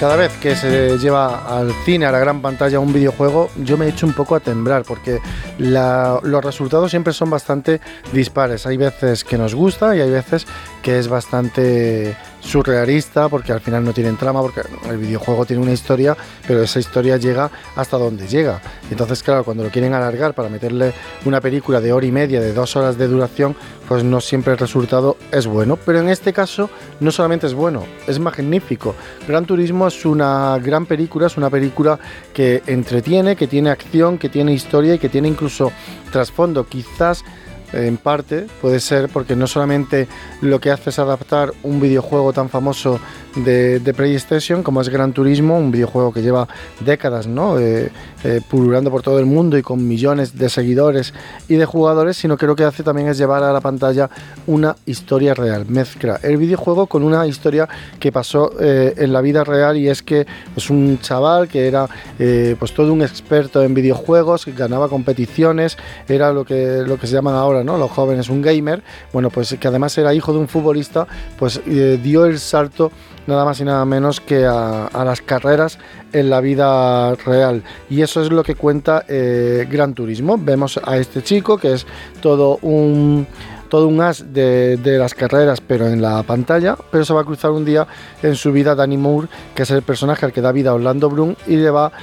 Cada vez que se lleva al cine, a la gran pantalla, un videojuego, yo me echo un poco a temblar porque los resultados siempre son bastante dispares. Hay veces que nos gusta y hay veces que es bastante surrealista porque al final no tienen trama, porque el videojuego tiene una historia, pero esa historia llega hasta donde llega. Entonces, claro, cuando lo quieren alargar para meterle una película de hora y media, de 2 horas de duración, pues no siempre el resultado es bueno. Pero en este caso no solamente es bueno, es magnífico. Gran Turismo es una gran película, es una película que entretiene, que tiene acción, que tiene historia y que tiene incluso trasfondo. Quizás en parte puede ser porque no solamente lo que hace es adaptar un videojuego tan famoso de PlayStation como es Gran Turismo, un videojuego que lleva décadas, ¿no? Pululando por todo el mundo y con millones de seguidores y de jugadores, sino que lo que hace también es llevar a la pantalla una historia real. Mezcla el videojuego con una historia que pasó en la vida real, y es que pues un chaval que era pues todo un experto en videojuegos, que ganaba competiciones, era lo que se llaman ahora, ¿no?, los jóvenes, un gamer. Bueno, pues que además era hijo de un futbolista, pues dio el salto nada más y nada menos que a las carreras en la vida real, y eso es lo que cuenta Gran Turismo. Vemos a este chico que es todo un as de las carreras, pero en la pantalla, pero se va a cruzar un día en su vida Dani Moore, que es el personaje al que da vida Orlando Bloom, y le va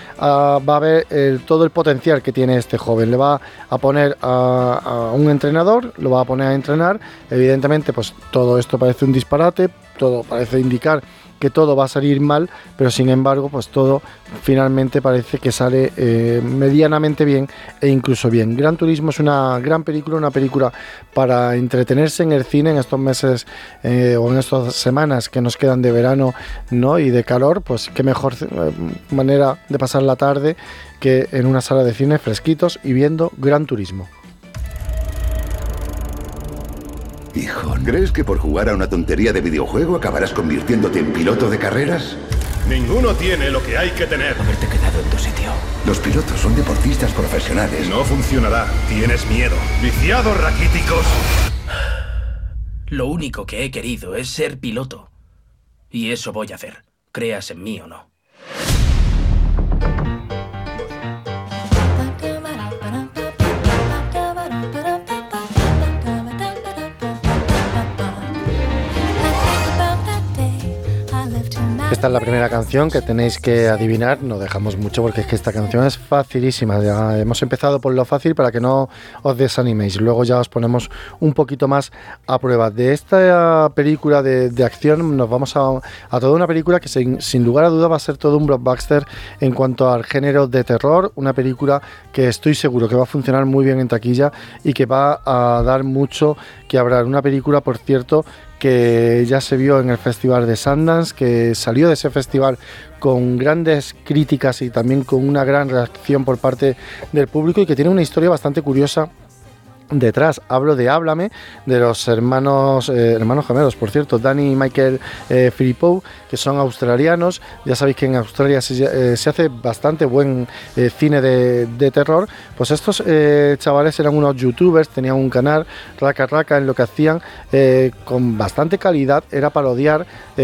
a ver todo el potencial que tiene este joven. Le va a poner a un entrenador, lo va a poner a entrenar. Evidentemente, pues todo esto parece un disparate, todo parece indicar que todo va a salir mal, pero sin embargo, pues todo finalmente parece que sale medianamente bien e incluso bien. Gran Turismo es una gran película, una película para entretenerse en el cine en estos meses o en estas semanas que nos quedan de verano, ¿no?, y de calor. Pues qué mejor manera de pasar la tarde que en una sala de cine fresquitos y viendo Gran Turismo. Hijo, ¿crees que por jugar a una tontería de videojuego acabarás convirtiéndote en piloto de carreras? Ninguno tiene lo que hay que tener. Haberte quedado en tu sitio. Los pilotos son deportistas profesionales. No funcionará. Tienes miedo. Viciados raquíticos. Lo único que he querido es ser piloto. Y eso voy a hacer, creas en mí o no. Esta es la primera canción que tenéis que adivinar. No dejamos mucho porque es que esta canción es facilísima. Ya hemos empezado por lo fácil para que no os desaniméis. Luego ya os ponemos un poquito más a prueba. De esta película de acción nos vamos a toda una película que sin lugar a duda va a ser todo un blockbuster en cuanto al género de terror. Una película que estoy seguro que va a funcionar muy bien en taquilla y que va a dar mucho que hablar. Una película, por cierto, que ya se vio en el Festival de Sundance, que salió de ese festival con grandes críticas y también con una gran reacción por parte del público, y que tiene una historia bastante curiosa detrás. Hablo de Háblame, de los hermanos gemelos, por cierto, Danny y Michael Philippou, que son australianos. Ya sabéis que en Australia se hace bastante buen cine de terror. Pues estos chavales eran unos youtubers, tenían un canal, Raka Raka, en lo que hacían con bastante calidad era parodiar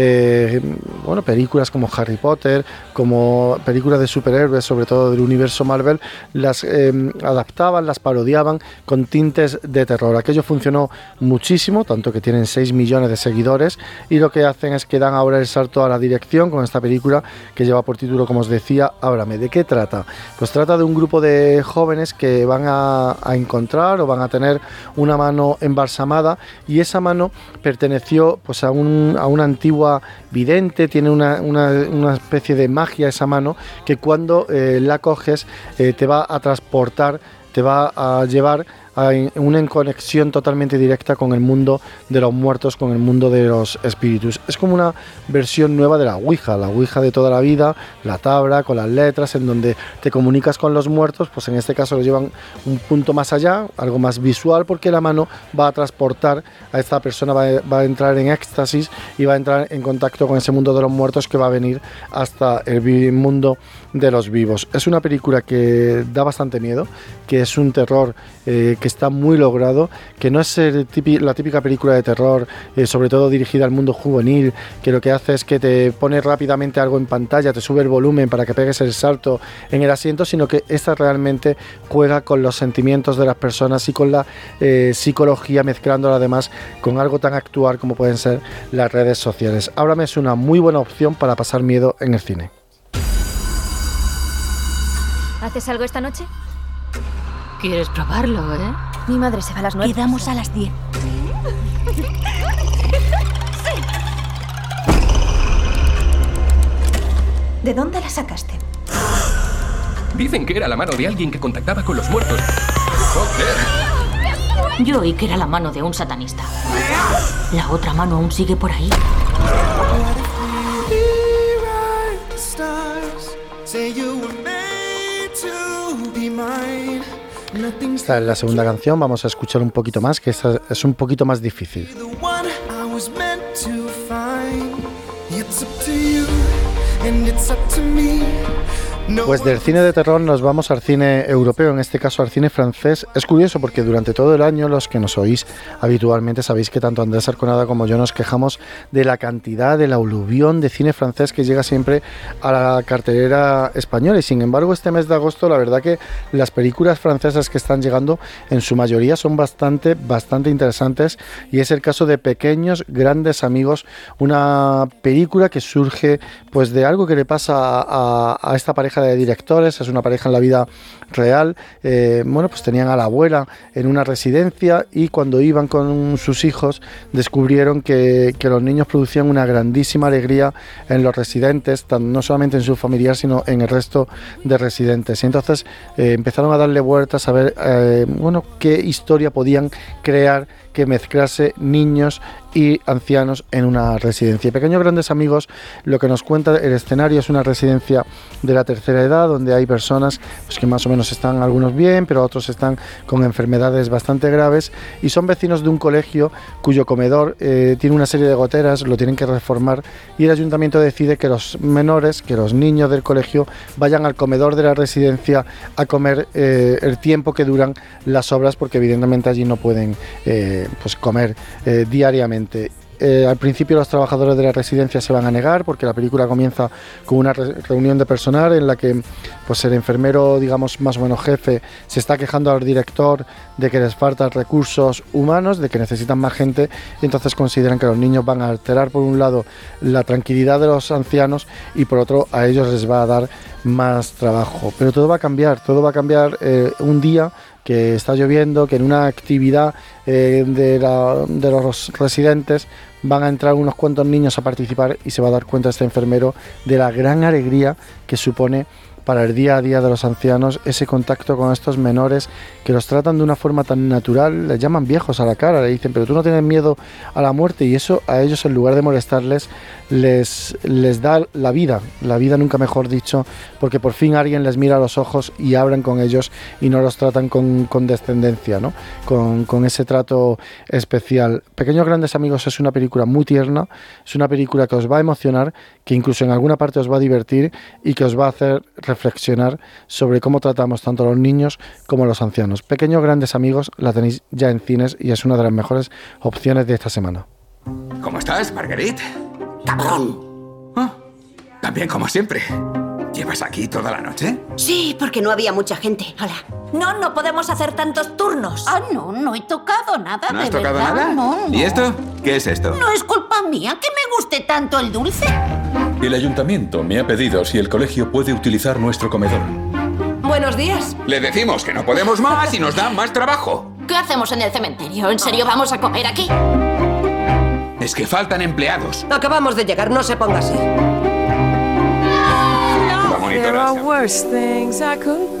películas como Harry Potter, como películas de superhéroes, sobre todo del universo Marvel. Las adaptaban, las parodiaban con tintes de terror. Aquello funcionó muchísimo, tanto que tienen 6 millones de seguidores, y lo que hacen es que dan ahora el salto a la dirección con esta película que lleva por título, como os decía, Háblame. ¿De qué trata? Pues trata de un grupo de jóvenes que van a encontrar o van a tener una mano embalsamada, y esa mano perteneció pues a una antigua vidente. Tiene una especie de magia esa mano, que cuando la coges te va a transportar, te va a llevar a una conexión totalmente directa con el mundo de los muertos, con el mundo de los espíritus. Es como una versión nueva de la Ouija de toda la vida, la tabla con las letras, en donde te comunicas con los muertos. Pues en este caso lo llevan un punto más allá, algo más visual, porque la mano va a transportar a esta persona, va a entrar en éxtasis y va a entrar en contacto con ese mundo de los muertos que va a venir hasta el mundo de los vivos. Es una película que da bastante miedo, que es un terror que está muy logrado, que no es la típica película de terror, sobre todo dirigida al mundo juvenil, que lo que hace es que te pone rápidamente algo en pantalla, te sube el volumen para que pegues el salto en el asiento, sino que esta realmente juega con los sentimientos de las personas y con la psicología, mezclándola además con algo tan actual como pueden ser las redes sociales. Ábrame es una muy buena opción para pasar miedo en el cine. ¿Haces algo esta noche? ¿Quieres probarlo, Mi madre se va a las 9. Quedamos a las 10. ¿De dónde la sacaste? Dicen que era la mano de alguien que contactaba con los muertos. ¡Joder! Yo oí que era la mano de un satanista. La otra mano aún sigue por ahí. Esta es la segunda canción, vamos a escuchar un poquito más, que esta es un poquito más difícil. Pues del cine de terror nos vamos al cine europeo, en este caso al cine francés. Es curioso porque durante todo el año los que nos oís habitualmente sabéis que tanto Andrés Arconada como yo nos quejamos de la cantidad, del aluvión de cine francés que llega siempre a la cartelera española, y sin embargo este mes de agosto la verdad que las películas francesas que están llegando en su mayoría son bastante interesantes, y es el caso de Pequeños Grandes Amigos, una película que surge pues de algo que le pasa a esta pareja de directores. Es una pareja en la vida real. Pues tenían a la abuela en una residencia, y cuando iban con sus hijos descubrieron que los niños producían una grandísima alegría en los residentes, no solamente en su familiar sino en el resto de residentes, y entonces empezaron a darle vueltas a ver qué historia podían crear que mezclase niños y ancianos en una residencia. Y Pequeños Grandes Amigos, lo que nos cuenta el escenario es una residencia de la tercera edad, donde hay personas pues, que más o menos están algunos bien, pero otros están con enfermedades bastante graves, y son vecinos de un colegio cuyo comedor tiene una serie de goteras, lo tienen que reformar, y el ayuntamiento decide que los menores, que los niños del colegio vayan al comedor de la residencia a comer el tiempo que duran las obras, porque evidentemente allí no pueden comer diariamente. Al principio los trabajadores de la residencia se van a negar, porque la película comienza con una reunión de personal en la que pues el enfermero, digamos más o menos jefe, se está quejando al director de que les faltan recursos humanos, de que necesitan más gente, y entonces consideran que los niños van a alterar por un lado la tranquilidad de los ancianos y por otro a ellos les va a dar más trabajo. Pero todo va a cambiar un día que está lloviendo, que en una actividad de los residentes van a entrar unos cuantos niños a participar, y se va a dar cuenta este enfermero de la gran alegría que supone para el día a día de los ancianos ese contacto con estos menores que los tratan de una forma tan natural, les llaman viejos a la cara, le dicen pero tú no tienes miedo a la muerte, y eso a ellos en lugar de molestarles les da la vida nunca mejor dicho, porque por fin alguien les mira a los ojos y hablan con ellos y no los tratan con condescendencia, ¿no? Con ese trato especial. Pequeños Grandes Amigos es una película muy tierna, es una película que os va a emocionar, que incluso en alguna parte os va a divertir y que os va a hacer reflexionar sobre cómo tratamos tanto a los niños como a los ancianos. Pequeños Grandes Amigos la tenéis ya en cines y es una de las mejores opciones de esta semana. ¿Cómo estás, Marguerite? ¡Cabrón! También como siempre. ¿Llevas aquí toda la noche? Sí, porque no había mucha gente. Hola. No podemos hacer tantos turnos. No he tocado nada, ¿No has de tocado verdad. nada? No. ¿Y esto? ¿Qué es esto? No es culpa mía que me guste tanto el dulce. El ayuntamiento me ha pedido si el colegio puede utilizar nuestro comedor. Buenos días. Le decimos que no podemos más y nos dan más trabajo. ¿Qué hacemos en el cementerio? ¿En serio vamos a comer aquí? Es que faltan empleados. Acabamos de llegar, no se ponga así. La monitora There are worse things I could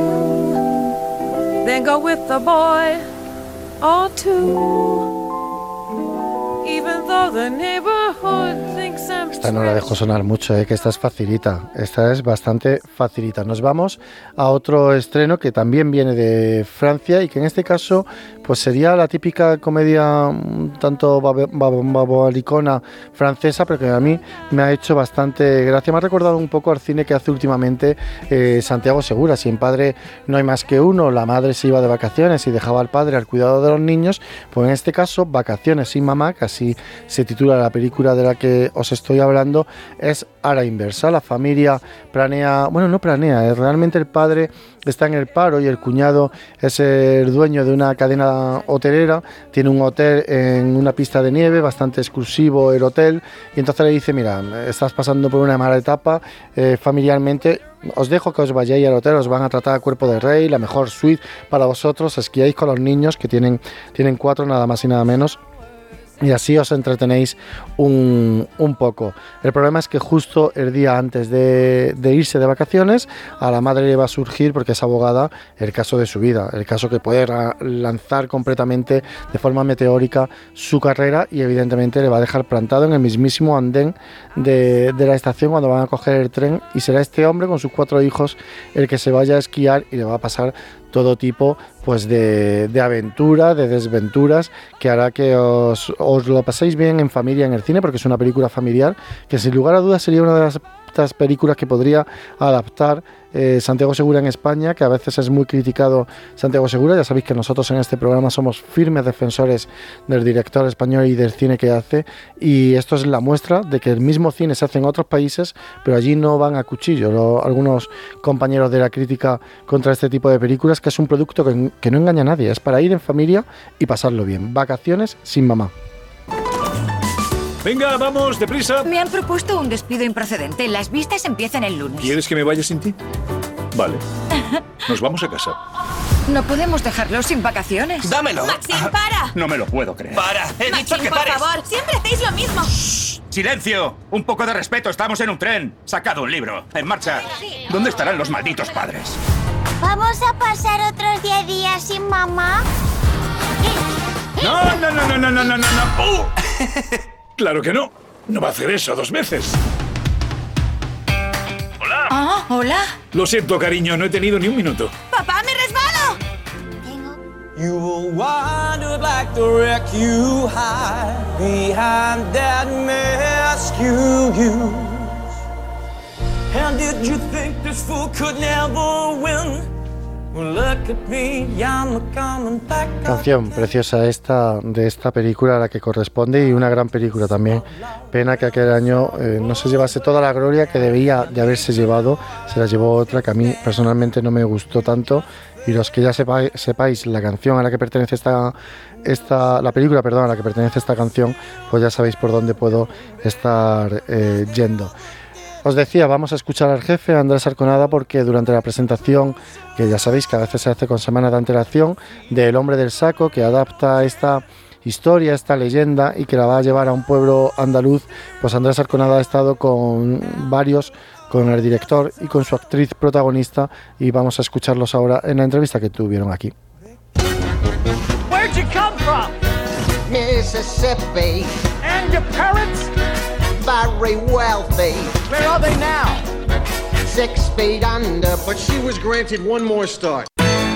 do than go with a boy or two. Even though the neighborhood thinks I'm Esta no la dejo sonar mucho, que esta es facilita. Esta es bastante facilita. Nos vamos a otro estreno que también viene de Francia y que en este caso pues sería la típica comedia un tanto babolicona francesa, pero que a mí me ha hecho bastante gracia. Me ha recordado un poco al cine que hace últimamente Santiago Segura. Si en Padre no hay más que uno, la madre se iba de vacaciones y dejaba al padre al cuidado de los niños, pues en este caso Vacaciones sin mamá, que así se titula la película de la que os estoy hablando, es a la inversa. La familia planea, bueno, no planea, realmente el padre está en el paro y el cuñado es el dueño de una cadena hotelera, tiene un hotel en una pista de nieve, bastante exclusivo el hotel, y entonces le dice, mira, estás pasando por una mala etapa familiarmente, os dejo que os vayáis al hotel, os van a tratar a cuerpo de rey, la mejor suite para vosotros, esquiáis con los niños, que tienen 4 nada más y nada menos, y así os entretenéis un poco. El problema es que justo el día antes de irse de vacaciones, a la madre le va a surgir, porque es abogada, el caso de su vida, el caso que puede lanzar completamente de forma meteórica su carrera, y evidentemente le va a dejar plantado en el mismísimo andén de la estación cuando van a coger el tren, y será este hombre con sus 4 hijos el que se vaya a esquiar, y le va a pasar todo tipo pues de aventura, de desventuras, que hará que os lo paséis bien en familia en el cine, porque es una película familiar que sin lugar a dudas sería una de las películas que podría adaptar Santiago Segura en España, que a veces es muy criticado Santiago Segura. Ya sabéis que nosotros en este programa somos firmes defensores del director español y del cine que hace, y esto es la muestra de que el mismo cine se hace en otros países, pero allí no van a cuchillo algunos compañeros de la crítica contra este tipo de películas, que es un producto que no engaña a nadie, es para ir en familia y pasarlo bien. Vacaciones sin mamá. Venga, vamos, deprisa. Me han propuesto un despido improcedente. Las vistas empiezan el lunes. ¿Quieres que me vaya sin ti? Vale. Nos vamos a casa. No podemos dejarlo sin vacaciones. ¡Dámelo! ¡Maxim, para! No me lo puedo creer. ¡Para! ¡He dicho que pares! por favor! ¡Siempre hacéis lo mismo! ¡Silencio! Un poco de respeto, estamos en un tren. Sacad un libro. En marcha. ¿Dónde estarán los malditos padres? ¿Vamos a pasar otros 10 días sin mamá? ¡No! Claro que no. No va a hacer eso 2 veces. ¡Hola! Ah, ¿hola? Lo siento, cariño, no he tenido ni un minuto. ¡Papá, me resbalo! You will wander like the wreck you hide behind that mask you use. And did you think this fool could never win? Canción preciosa esta de esta película a la que corresponde, y una gran película también. Pena que aquel año no se llevase toda la gloria que debía de haberse llevado. Se la llevó otra que a mí personalmente no me gustó tanto, y los que ya sepáis la canción a la que pertenece la película, perdón, a la que pertenece esta canción, pues ya sabéis por dónde puedo estar yendo. Os decía, vamos a escuchar al jefe, Andrés Arconada, porque durante la presentación, que ya sabéis que a veces se hace con semana de antelación, de El hombre del saco, que adapta esta historia, esta leyenda, y que la va a llevar a un pueblo andaluz, pues Andrés Arconada ha estado con el director y con su actriz protagonista, y vamos a escucharlos ahora en la entrevista que tuvieron aquí. Where'd you come from? Mississippi. And your parents? Very wealthy. Where are they now? 6 feet under, but she was granted one more star.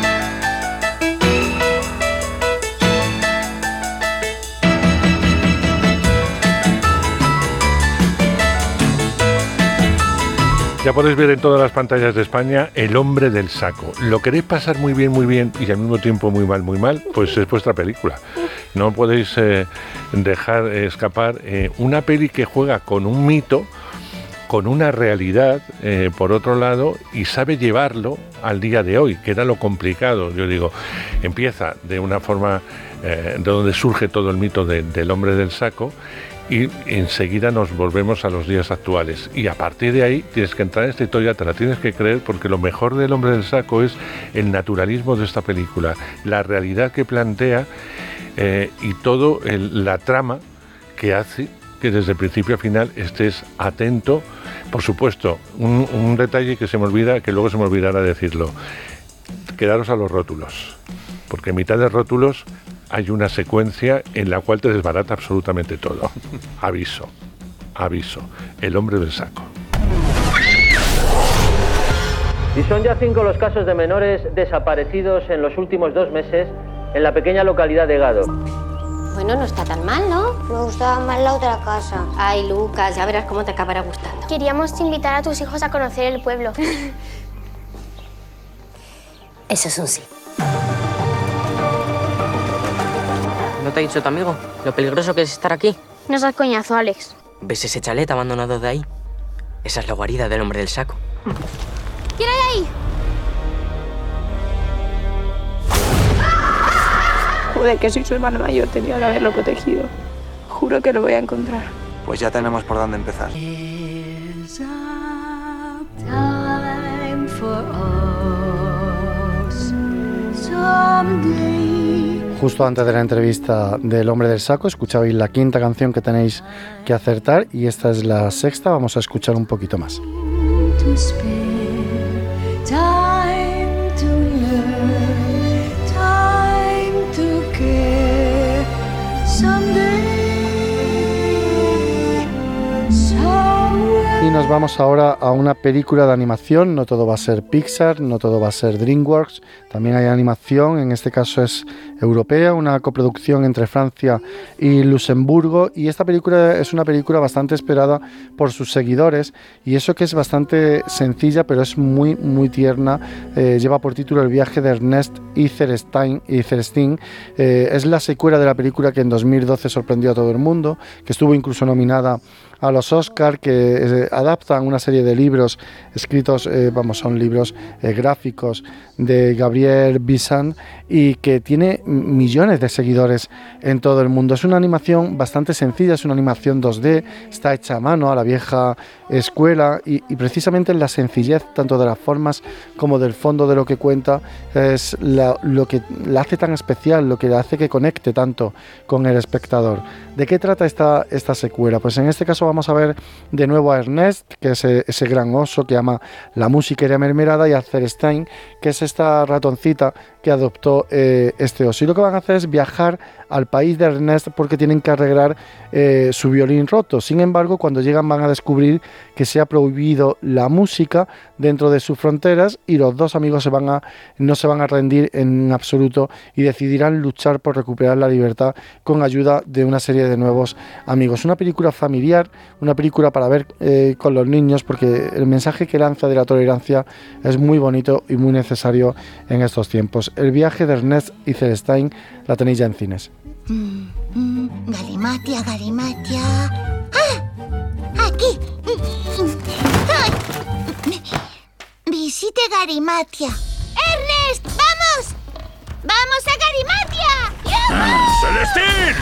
Ya podéis ver en todas las pantallas de España El hombre del saco. ¿Lo queréis pasar muy bien y al mismo tiempo muy mal? Pues es vuestra película. No podéis dejar escapar una peli que juega con un mito, con una realidad, por otro lado, y sabe llevarlo al día de hoy, que era lo complicado. Yo digo, empieza de una forma de donde surge todo el mito del hombre del saco, y enseguida nos volvemos a los días actuales, y a partir de ahí tienes que entrar en esta historia, te la tienes que creer, porque lo mejor del hombre del saco es el naturalismo de esta película, la realidad que plantea, y todo la trama que hace que desde el principio a final estés atento. Por supuesto, un detalle que se me olvida, que luego se me olvidará decirlo: quedaros a los rótulos, porque en mitad de rótulos hay una secuencia en la cual te desbarata absolutamente todo. Aviso, El hombre del saco. Y son ya 5 los casos de menores desaparecidos en los últimos 2 meses en la pequeña localidad de Gado. Bueno, no está tan mal, ¿no? Me gustaba más la otra casa. Ay, Lucas, ya verás cómo te acabará gustando. Queríamos invitar a tus hijos a conocer el pueblo. Eso es un sí. ¿No te ha dicho tu amigo lo peligroso que es estar aquí? No seas coñazo, Alex. ¿Ves ese chalet abandonado de ahí? Esa es la guarida del hombre del saco. ¿Quién hay ahí? Joder, que soy su hermano mayor, tenía que haberlo protegido. Juro que lo voy a encontrar. Pues ya tenemos por dónde empezar. Justo antes de la entrevista del hombre del saco escuchabais la quinta canción que tenéis que acertar y esta es la sexta, vamos a escuchar un poquito más. Y nos vamos ahora a una película de animación, no todo va a ser Pixar, no todo va a ser DreamWorks, también hay animación, en este caso es europea, una coproducción entre Francia y Luxemburgo y esta película es una película bastante esperada por sus seguidores y eso que es bastante sencilla pero es muy tierna, lleva por título El viaje de Ernest y Celestine, es la secuela de la película que en 2012 sorprendió a todo el mundo, que estuvo incluso nominada a los Oscar, que adaptan una serie de libros escritos, son libros gráficos de Gabriel Bizan y que tiene millones de seguidores en todo el mundo. Es una animación bastante sencilla, es una animación 2D, está hecha a mano, a la vieja escuela y precisamente la sencillez tanto de las formas como del fondo de lo que cuenta es lo que la hace tan especial, lo que le hace que conecte tanto con el espectador. ¿De qué trata esta secuela? Pues en este caso vamos a ver de nuevo a Ernest, que es ese gran oso que ama la música y la mermelada, y a Celestine, que es esta ratoncita que adoptó este oso. Y lo que van a hacer es viajar al país de Ernest porque tienen que arreglar su violín roto. Sin embargo, cuando llegan van a descubrir que se ha prohibido la música dentro de sus fronteras y los dos amigos no se van a rendir en absoluto y decidirán luchar por recuperar la libertad con ayuda de una serie de nuevos amigos. Una película familiar, una película para ver con los niños porque el mensaje que lanza de la tolerancia es muy bonito y muy necesario en estos tiempos. El viaje de Ernest y Celestine la tenéis ya en cines. Galimatia, Galimatia. ¡Ah! ¡Aquí! Visite Galimatia. ¡Ernest! ¡Vamos! ¡Vamos a Galimatia! ¡Celestín!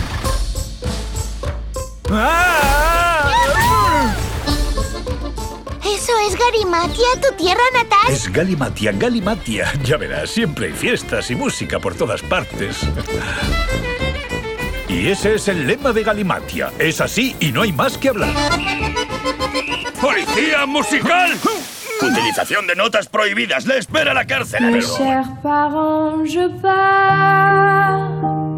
¿Eso es Galimatia, tu tierra natal? Es Galimatia, Galimatia. Ya verás, siempre hay fiestas y música por todas partes. Y ese es el lema de Galimatia. Es así y no hay más que hablar. ¡Policía musical! Utilización de notas prohibidas. Le espera la cárcel. Mes chers parents, je pars.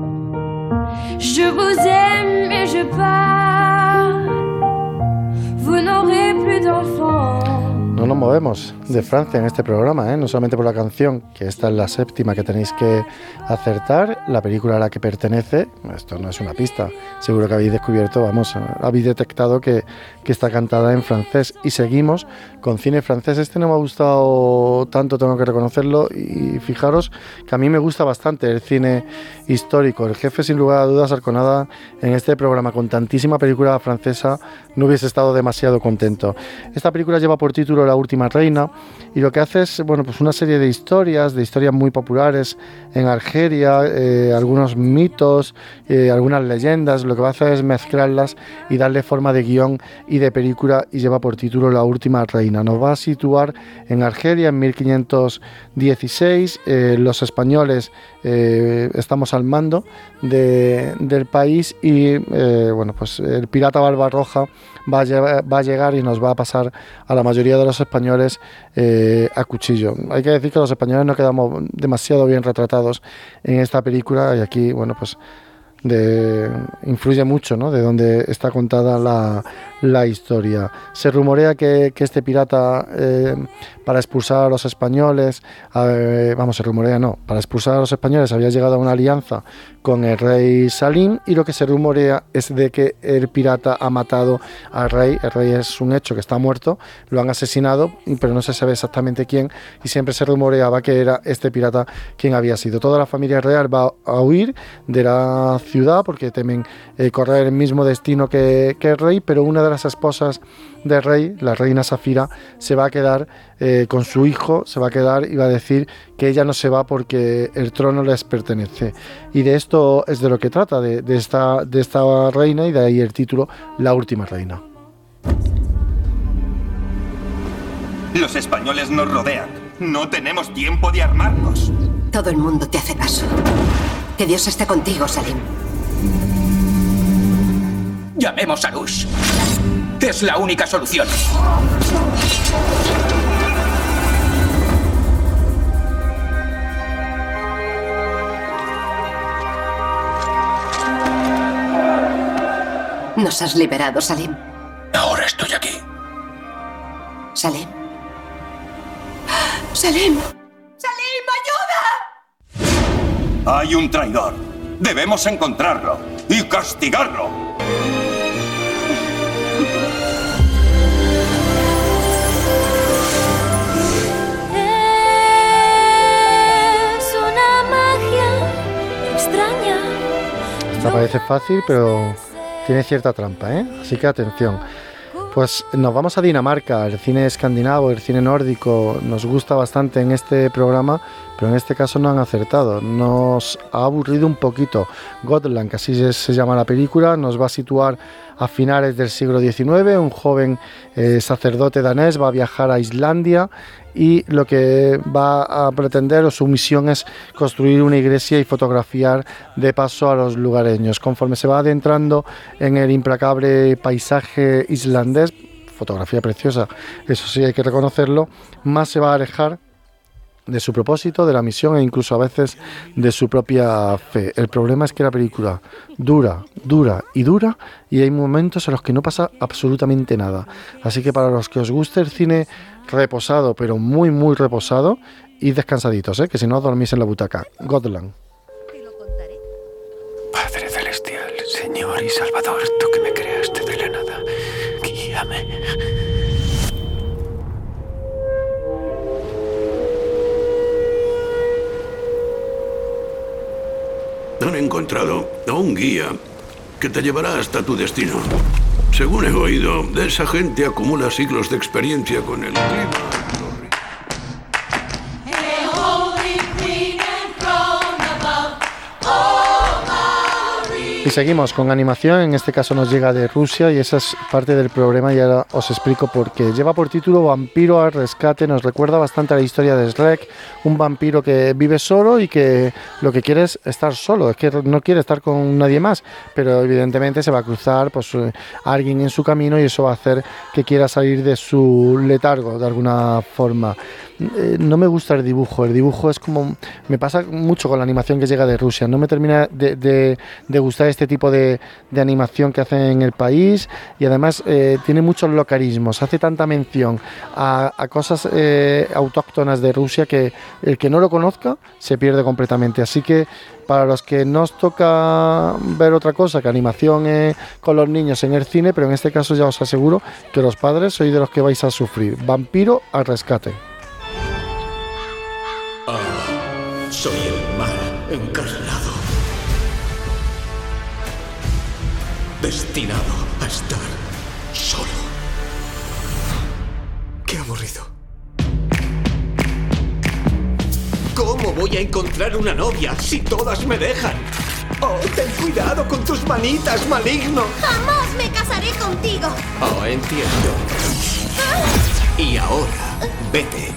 Je vous aime et je pars. Vous n'aurez plus d'enfants. No nos movemos de Francia en este programa, no solamente por la canción, que esta es la séptima que tenéis que acertar, la película a la que pertenece, esto no es una pista, seguro que habéis descubierto, habéis detectado que está cantada en francés y seguimos con cine francés. Este no me ha gustado tanto, tengo que reconocerlo, y fijaros que a mí me gusta bastante el cine histórico. El jefe, sin lugar a dudas, Arconada, en este programa con tantísima película francesa no hubiese estado demasiado contento. Esta película lleva por título La última reina y lo que hace es pues una serie de historias muy populares en Argelia, algunos mitos, algunas leyendas. Lo que va a hacer es mezclarlas y darle forma de guión y de película y lleva por título La última reina. Nos va a situar en Argelia en 1516. Los españoles estamos al mando del país y pues el pirata Barbarroja va a llegar y nos va a pasar a la mayoría de los españoles a cuchillo. Hay que decir que los españoles no quedamos demasiado bien retratados en esta película y aquí, pues influye mucho, ¿no?, de dónde está contada la historia. Se rumorea que este pirata, para expulsar a los españoles, para expulsar a los españoles había llegado a una alianza con el rey Salim, y lo que se rumorea es de que el pirata ha matado al rey. El rey es un hecho que está muerto, lo han asesinado, pero no se sabe exactamente quién, y siempre se rumoreaba que era este pirata quien había sido. Toda la familia real va a huir de la ciudad porque temen correr el mismo destino que el rey, pero una de las esposas del rey, la reina Safira, se va a quedar con su hijo, se va a quedar y va a decir que ella no se va porque el trono les pertenece. Y de esto es de lo que trata, de esta reina, y de ahí el título, La última reina. Los españoles nos rodean. No tenemos tiempo de armarnos. Todo el mundo te hace caso. Que Dios esté contigo, Salim. Llamemos a Rush. Es la única solución. Nos has liberado, Salim. Ahora estoy aquí. Salim. ¡Salim! ¡Salim, ayuda! Hay un traidor. Debemos encontrarlo y castigarlo. Es una magia extraña. Esta parece fácil, pero tiene cierta trampa, ¿eh? Así que atención. Pues nos vamos a Dinamarca. El cine escandinavo, el cine nórdico nos gusta bastante en este programa, pero en este caso no han acertado. Nos ha aburrido un poquito. Gotland, que así se llama la película, nos va a situar a finales del siglo XIX. Un joven sacerdote danés va a viajar a Islandia y lo que va a pretender, o su misión, es construir una iglesia y fotografiar de paso a los lugareños. Conforme se va adentrando en el implacable paisaje islandés, fotografía preciosa, eso sí hay que reconocerlo, más se va a alejar de su propósito, de la misión e incluso a veces de su propia fe. El problema es que la película dura y hay momentos en los que no pasa absolutamente nada. Así que para los que os guste el cine reposado, pero muy muy reposado, y descansaditos, que si no dormís en la butaca. Gotland. Padre celestial, Señor y Salvador, tú que me creaste de la nada, guíame. Han encontrado a un guía que te llevará hasta tu destino. Según he oído, esa gente acumula siglos de experiencia con el clima. Y seguimos con animación, en este caso nos llega de Rusia y esa es parte del problema y ahora os explico por qué. Lleva por título Vampiro al rescate, nos recuerda bastante a la historia de Shrek, un vampiro que vive solo y que lo que quiere es estar solo, es que no quiere estar con nadie más, pero evidentemente se va a cruzar pues alguien en su camino y eso va a hacer que quiera salir de su letargo de alguna forma. No me gusta el dibujo es como, me pasa mucho con la animación que llega de Rusia, no me termina de gustar este tipo de animación que hacen en el país y además tiene muchos localismos, hace tanta mención a cosas autóctonas de Rusia que el que no lo conozca se pierde completamente, así que para los que no os toca ver otra cosa que animación con los niños en el cine, pero en este caso ya os aseguro que los padres sois de los que vais a sufrir. Vampiro al rescate. Soy el mal encarnado, destinado a estar solo. Qué aburrido. ¿Cómo voy a encontrar una novia si todas me dejan? Oh, ten cuidado con tus manitas, maligno. Jamás me casaré contigo. Oh, entiendo. Y ahora, vete.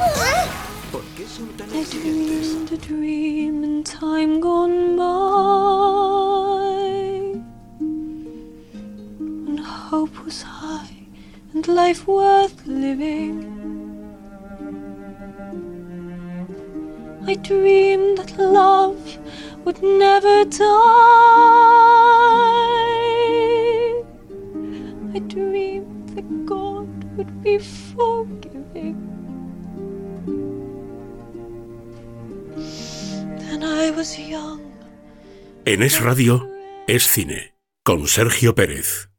I dreamed a dream in time gone by, when hope was high and life worth living. I dreamed that love would never die. I dreamed that God would be forgiving. Then I was young. En Es Radio, Es Cine, con Sergio Pérez.